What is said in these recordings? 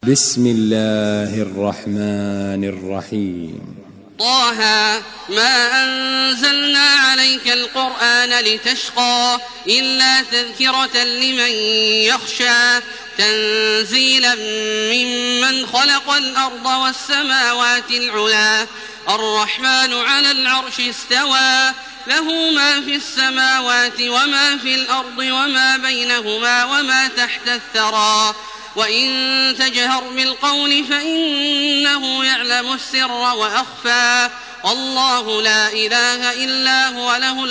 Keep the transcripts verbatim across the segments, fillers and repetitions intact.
بسم الله الرحمن الرحيم. طه ما أنزلنا عليك القرآن لتشقى إلا تذكرة لمن يخشى تنزيلا ممن خلق الأرض والسماوات العلى الرحمن على العرش استوى له ما في السماوات وما في الأرض وما بينهما وما تحت الثرى وإن تجهر بالقول فإنه يعلم السر وأخفى الله لا إله إلا هو له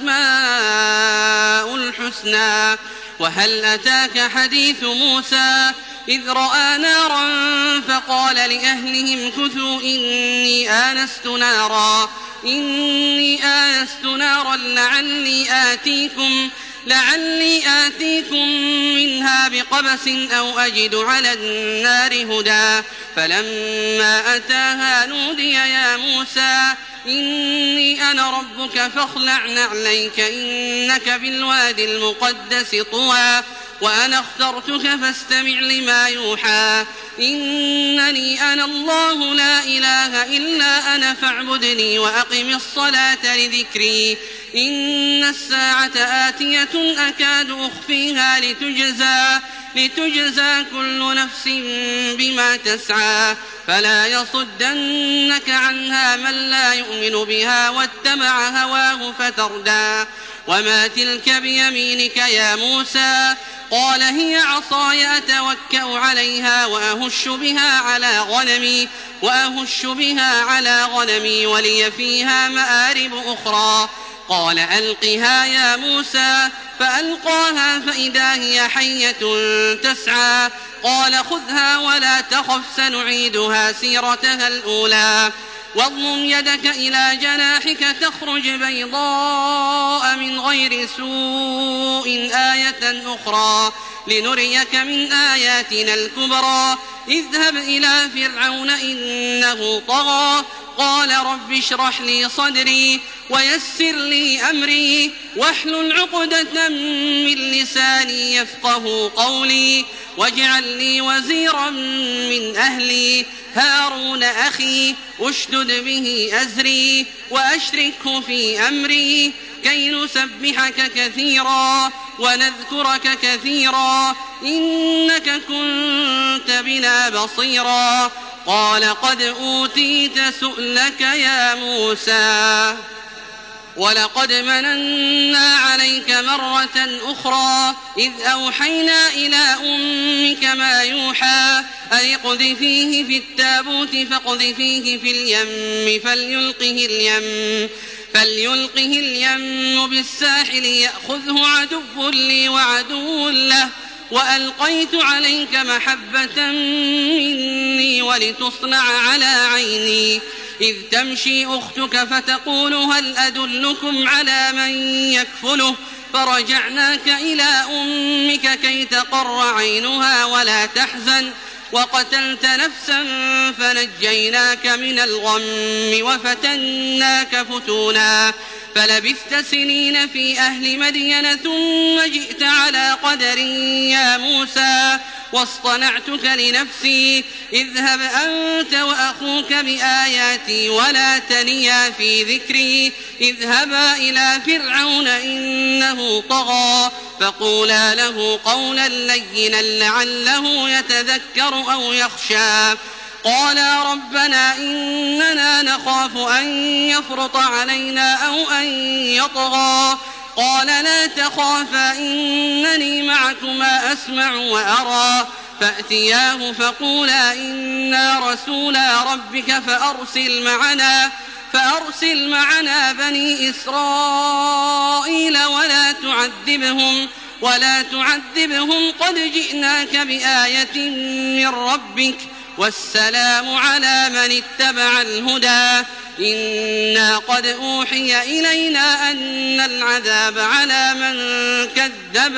الأسماء الحسنى. وهل أتاك حديث موسى إذ رأى نارا فقال لأهلهم كثوا إني آنست نارا إني آنست نارا لعلي آتيكم لعلي آتيكم منها بقبس أو أجد على النار هدى فلما أتاها نودي يا موسى إني أنا ربك فاخلع نعليك إنك بالوادي المقدس طوى وأنا اخترتك فاستمع لما يوحى إنني أنا الله لا إله إلا أنا فاعبدني وأقم الصلاة لذكري إن الساعة آتية أكاد أخفيها لتجزى لتجزى كل نفس بما تسعى فلا يصدنك عنها من لا يؤمن بها واتبع هواه فتردى. وما تلك بيمينك يا موسى قال هي عصاي أتوكأ عليها وأهش بها على غنمي وأهش بها على غنمي ولي فيها مآرب أخرى قال ألقها يا موسى فألقاها فإذا هي حية تسعى قال خذها ولا تخف سنعيدها سيرتها الأولى واضمم يدك إلى جناحك تخرج بيضاء من غير سوء آية أخرى لنريك من آياتنا الكبرى اذهب إلى فرعون إنه طغى قال رب اشرح لي صدري ويسر لي أمري واحلل عقدة من لساني يفقه قولي واجعل لي وزيرا من أهلي هارون أخي أشدد به أزري وأشركه في أمري كي نسبحك كثيرا ونذكرك كثيرا إنك كنت بنا بصيرا قال قد أوتيت سؤلك يا موسى ولقد مننا عليك مرة أخرى إذ أوحينا إلى أمك ما يوحى أن اقذفيه في التابوت فاقذفيه في اليم فليلقه اليم فليلقه اليم بالساحل يأخذه عدو لي وعدو له وألقيت عليك محبة مني ولتصنع على عيني إذ تمشي أختك فتقول هل أدلكم على من يكفله فرجعناك إلى أمك كي تقر عينها ولا تحزن وقتلت نفسا فنجيناك من الغم وفتناك فتونا فلبثت سنين في أهل مدين ثم جئت على قدر يا موسى واصطنعتك لنفسي اذهب أنت وأخوك بآياتي ولا تنيا في ذكري اذهبا إلى فرعون إنه طغى فقولا له قولا لينا لعله يتذكر أو يخشى قالا ربنا إننا نخاف أن يفرط علينا أو أن يطغى قال لا تخافا إنني معكما أسمع وأرى فأتياه فقولا إنا رسولا ربك فأرسل معنا فأرسل معنا بني إسرائيل ولا تعذبهم ولا تعذبهم قد جئناك بآية من ربك والسلام على من اتبع الهدى إنا قد أوحي إلينا أن العذاب على من كذب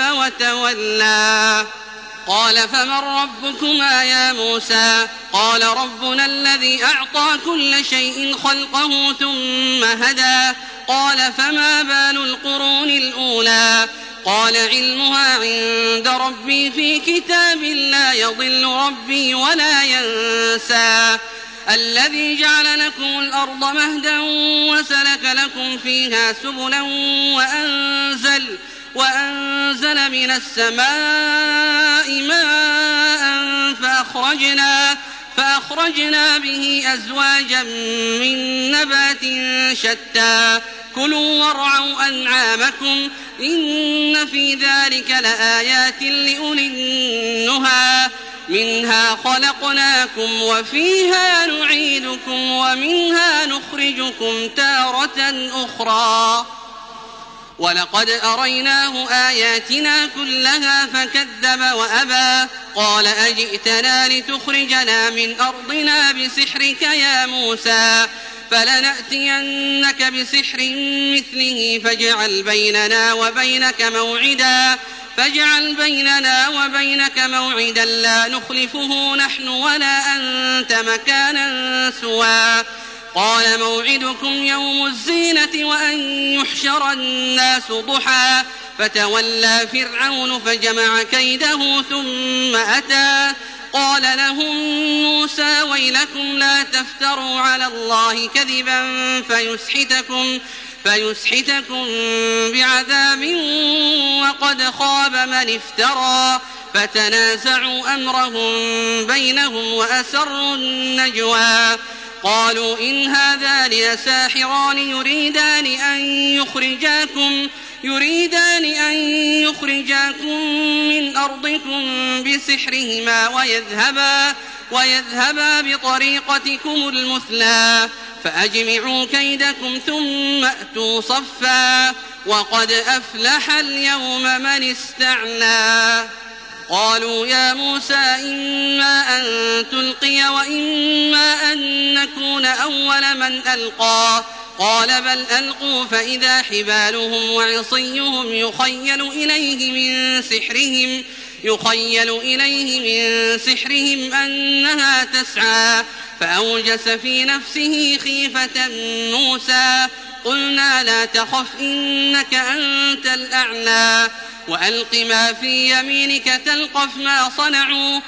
وتولى قال فمن ربكما يا موسى قال ربنا الذي أعطى كل شيء خلقه ثم هدى قال فما بال القرون الأولى قال علمها عند ربي في كتاب لا يضل ربي ولا ينسى الذي جعل لكم الأرض مهدا وسلك لكم فيها سبلا وأنزل, وأنزل من السماء ماء فأخرجنا, فأخرجنا به أزواجا من نبات شتى كلوا وارعوا أنعامكم إن في ذلك لآيات لأولي النهى منها خلقناكم وفيها نعيدكم ومنها نخرجكم تارة أخرى ولقد أريناه آياتنا كلها فكذب وأبى قال أجئتنا لتخرجنا من أرضنا بسحرك يا موسى فلنأتينك بسحر مثله فاجعل بيننا وبينك موعدا فاجعل بيننا وبينك موعدا لا نخلفه نحن ولا أنت مكانا سوى قال موعدكم يوم الزينة وأن يحشر الناس ضحى فتولى فرعون فجمع كيده ثم أتى قال لهم موسى ويلكم لا تفتروا على الله كذبا فيسحتكم, فيسحتكم بعذاب وقد خاب من افترى فتنازعوا أمرهم بينهم وأسروا النجوى قالوا إن هذان لساحران يريدان أن يخرجاكم يريدان أن يخرجاكم من أرضكم بسحرهما ويذهبا, ويذهبا بطريقتكم المثلى فأجمعوا كيدكم ثم أتوا صفا وقد أفلح اليوم من استعلى قالوا يا موسى إما أن تلقي وإما أن نكون أول من ألقى قال بل ألقوا فإذا حبالهم وعصيهم يخيل إليه من سحرهم يخيل إليه من سحرهم أنها تسعى فأوجس في نفسه خيفة موسى قلنا لا تخف إنك أنت الأعلى وألق ما في يمينك تلقف ما صنعوا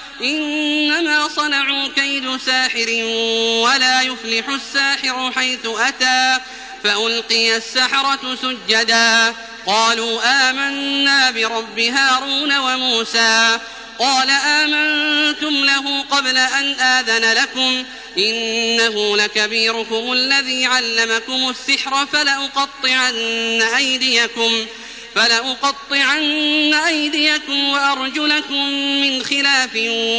إنما صنعوا كيد ساحر ولا يفلح الساحر حيث أتى فألقي السحرة سجدا قالوا آمنا برب هارون وموسى قال آمنتم له قبل أن آذن لكم إنه لكبيركم الذي علمكم السحر فلأقطعن أيديكم فلأقطعن أيديكم وأرجلكم من خلاف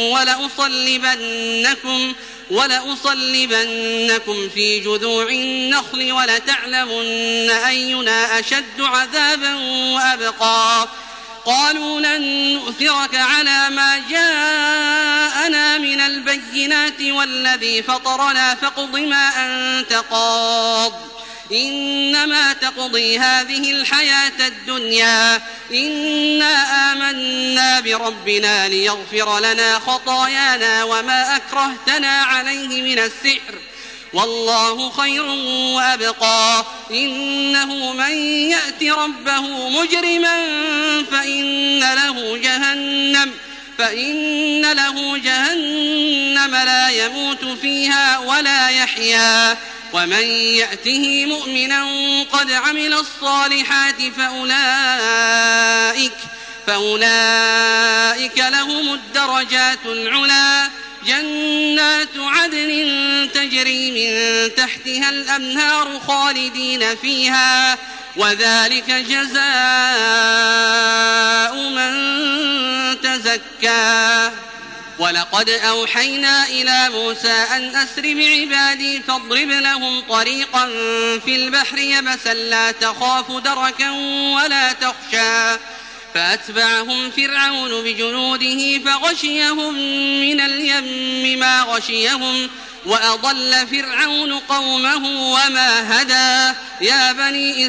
ولأصلبنكم, ولأصلبنكم في جذوع النخل ولتعلمن أينا أشد عذابا وأبقى قالوا لن نؤثرك على ما جاءنا من البينات والذي فطرنا فاقض ما أنت قاض إنما تقضي هذه الحياة الدنيا إنا آمنا بربنا ليغفر لنا خطايانا وما أكرهتنا عليه من السحر والله خير وأبقى إنه من يأت ربه مجرما فإن له جهنم فإن له جهنم لا يموت فيها ولا يحيا ومن يأته مؤمنا قد عمل الصالحات فأولئك, فأولئك لهم الدرجات العلى جنات عدن تجري من تحتها الأنهار خالدين فيها وذلك جزاء من تزكى ولقد أوحينا إلى موسى أن أسر بعبادي فاضرب لهم طريقا في البحر يبسا لا تخاف دركا ولا تخشى فأتبعهم فرعون بجنوده فغشيهم من اليم ما غشيهم وأضل فرعون قومه وما هدى يا بني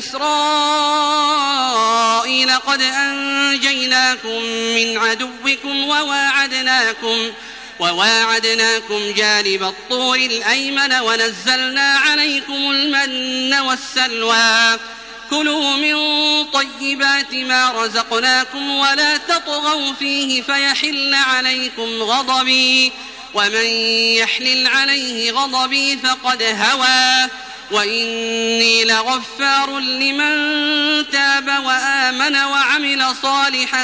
إسرائيل قد أنجيناكم من عدوكم وواعدناكم وواعدناكم جانب الطور الأيمن ونزلنا عليكم المن والسلوى كلوا من طيبات ما رزقناكم ولا تطغوا فيه فيحل عليكم غضبي ومن يحلل عليه غضبي فقد هوى وإني لغفار لمن تاب وآمن وعمل صالحا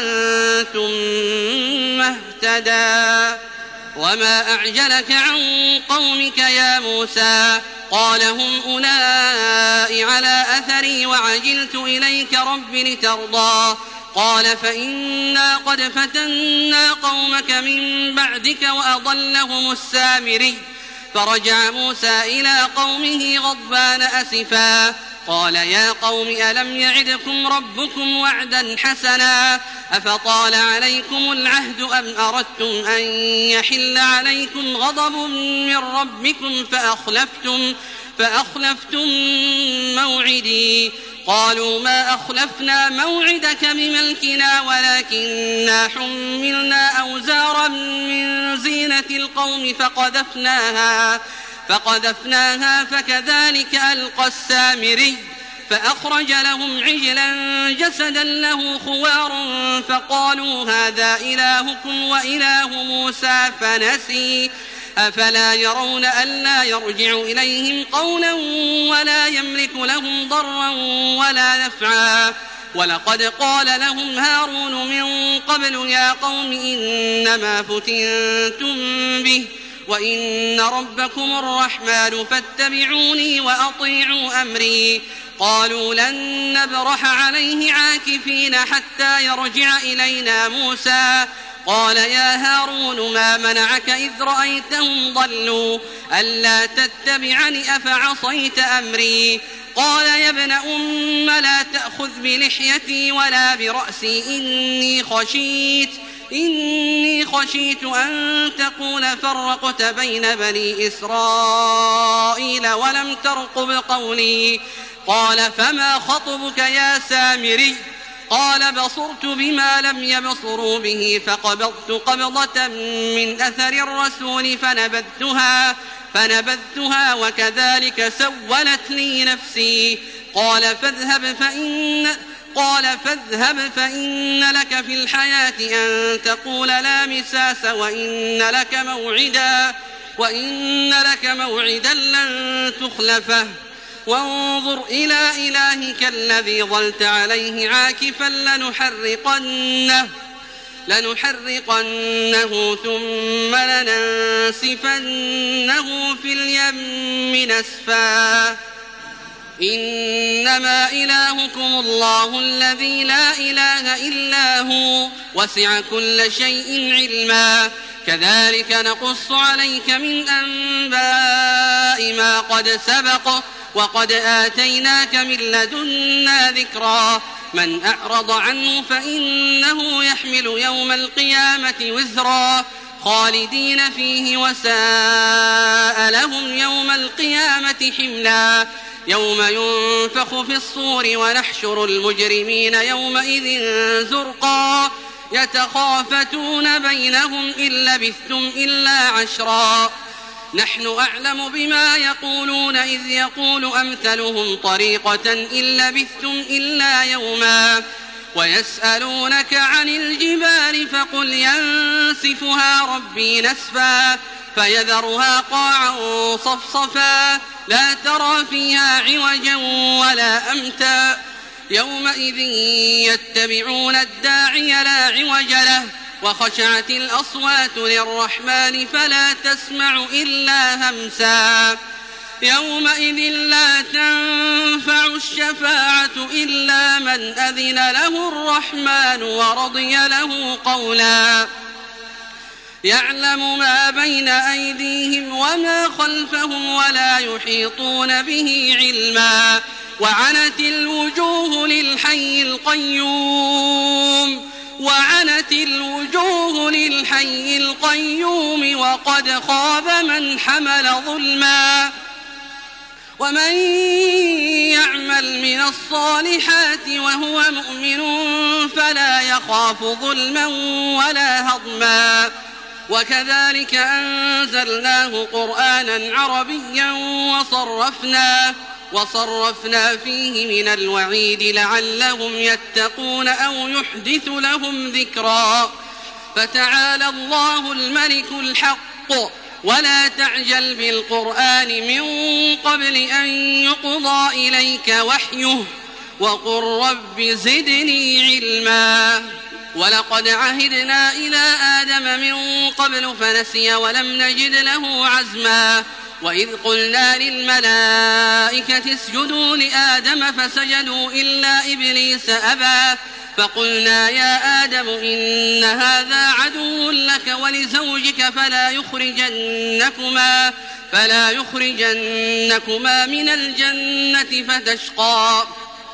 ثم اهتدى. وما أعجلك عن قومك يا موسى قال هم أولئك على أثري وعجلت إليك رب لترضى قال فإنا قد فتنا قومك من بعدك وأضلهم السامري فرجع موسى إلى قومه غضبان أسفا قال يا قوم ألم يعدكم ربكم وعدا حسنا أفطال عليكم العهد أم أردتم أن يحل عليكم غضب من ربكم فأخلفتم, فأخلفتم موعدي قالوا ما أخلفنا موعدك بملكنا ولكننا حملنا أوزارا من زينة القوم فقذفناها, فقذفناها فكذلك ألقى السامري فأخرج لهم عجلا جسدا له خوار فقالوا هذا إلهكم وإله موسى فنسي أفلا يرون ألا يرجع إليهم قولا ولا يملك لهم ضرا ولا نفعا ولقد قال لهم هارون من قبل يا قوم إنما فتنتم به وإن ربكم الرحمن فاتبعوني وأطيعوا أمري قالوا لن نبرح عليه عاكفين حتى يرجع إلينا موسى قال يا هارون ما منعك إذ رأيتهم ضلوا ألا تتبعني أفعصيت أمري قال يا ابن أم لا تأخذ بلحيتي ولا برأسي إني خشيت إني خشيت أن تقول فرقت بين بني إسرائيل ولم ترقب قولي قال فما خطبك يا سامري قال بصرت بما لم يبصروا به فقبضت قبضة من أثر الرسول فنبذتها, فنبذتها وكذلك سولت لي نفسي قال فاذهب فإن قال فاذهب فإن لك في الحياة أن تقول لا مساس وإن لك موعدا وإن لك موعدا لن تخلفه وانظر إلى إلهك الذي ظلت عليه عاكفا لنحرقنه, لنحرقنه ثم لننسفنه في اليم نسفا إنما إلهكم الله الذي لا إله إلا هو وسع كل شيء علما كذلك نقص عليك من أنباء ما قد سبق وقد آتيناك من لدنا ذكرا من أعرض عنه فإنه يحمل يوم القيامة وزرا خالدين فيه وساء لهم يوم القيامة حملا يوم ينفخ في الصور ونحشر المجرمين يومئذ زرقا يتخافتون بينهم إن لبثتم إلا عشرا نحن أعلم بما يقولون إذ يقول أمثلهم طريقة إن لبثتم إلا يوما ويسألونك عن الجبال فقل ينسفها ربي نسفا فيذرها قاعا صفصفا لا ترى فيها عوجا ولا أمتا يومئذ يتبعون الداعي لا عوج له وخشعت الأصوات للرحمن فلا تسمع إلا همسا يومئذ لا تنفع الشفاعة إلا من أذن له الرحمن ورضي له قولا يعلم ما بين أيديهم وما خلفهم ولا يحيطون به علما وعنت الوجوه للحي القيوم وعنت الوجوه للحي القيوم وقد خاب من حمل ظلما ومن يعمل من الصالحات وهو مؤمن فلا يخاف ظلما ولا هضما وكذلك أنزلناه قرآنا عربيا وصرفنا وصرفنا فيه من الوعيد لعلهم يتقون أو يحدث لهم ذكرا فتعالى الله الملك الحق ولا تعجل بالقرآن من قبل أن يقضى إليك وحيه وقل رب زدني علما ولقد عهدنا إلى آدم من قبل فنسي ولم نجد له عزما وإذ قلنا للملائكة اسجدوا لآدم فسجدوا إلا إبليس أبى فقلنا يا آدم إن هذا عدو لك ولزوجك فلا يخرجنكما فلا يخرجنكما من الجنة فتشقى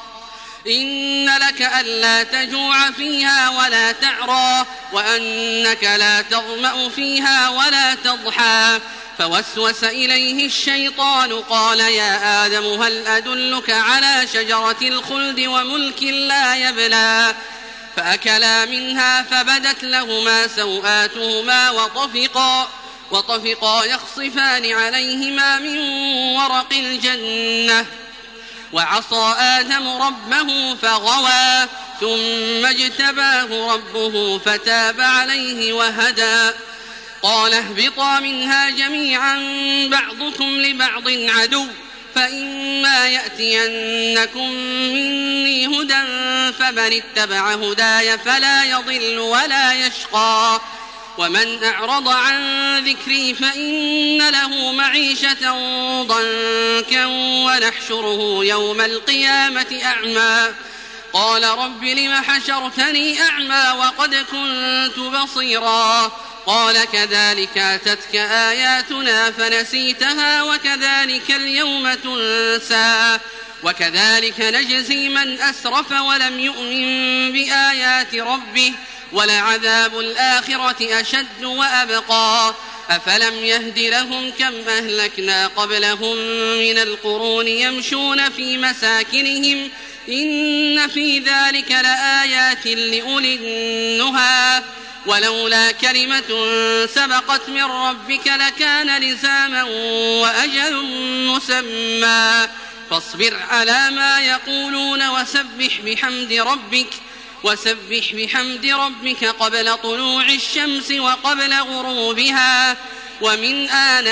إن لك ألا تجوع فيها ولا تعرى وأنك لا تظمأ فيها ولا تضحى فوسوس إليه الشيطان قال يا آدم هل أدلك على شجرة الخلد وملك لا يبلى فأكلا منها فبدت لهما سوآتهما وطفقا وطفقا يخصفان عليهما من ورق الجنة وعصى آدم ربه فغوى ثم اجتباه ربه فتاب عليه وهدى قال اهبطا منها جميعا بعضكم لبعض عدو فإما يأتينكم مني هدى فمن اتبع هداي فلا يضل ولا يشقى ومن أعرض عن ذكري فإن له معيشة ضنكا ونحشره يوم القيامة أعمى قال رب لم حشرتني أعمى وقد كنت بصيرا قال كذلك أتتك آياتنا فنسيتها وكذلك اليوم تنسى وكذلك نجزي من أسرف ولم يؤمن بآيات ربه ولعذاب الآخرة أشد وأبقى أفلم يهد لهم كم أهلكنا قبلهم من القرون يمشون في مساكنهم إن في ذلك لآيات لأولي النهى ولولا كلمة سبقت من ربك لكان لزاما وأجل مسمى فاصبر على ما يقولون وسبح بحمد ربك وسبح بحمد ربك قبل طلوع الشمس وقبل غروبها ومن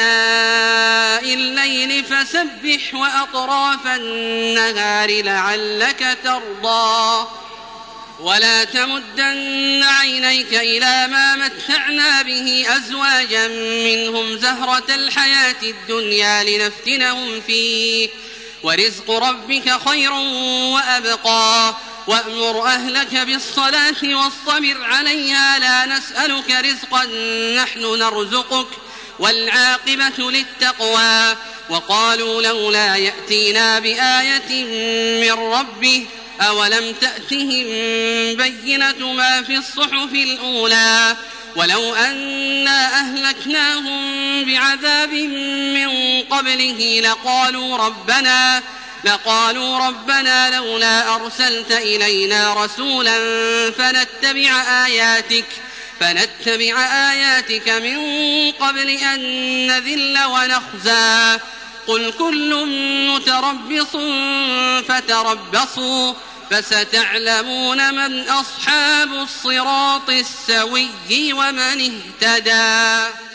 آناء الليل فسبح وأطراف النهار لعلك ترضى ولا تمدن عينيك إلى ما متعنا به أزواجا منهم زهرة الحياة الدنيا لنفتنهم فيه ورزق ربك خير وأبقى وأمر أهلك بالصلاة واصطبر عليها لا نسألك رزقا نحن نرزقك والعاقبة للتقوى وقالوا لولا يأتينا بآية من ربه أولم تأتهم بينة ما في الصحف الأولى ولو أنا أهلكناهم بعذاب من قبله لقالوا ربنا لقالوا ربنا لولا أرسلت إلينا رسولا فنتبع آياتك فنتبع آياتك من قبل أن نذل ونخزى قل كل متربص فتربصوا فستعلمون من أصحاب الصراط السوي ومن اهتدى.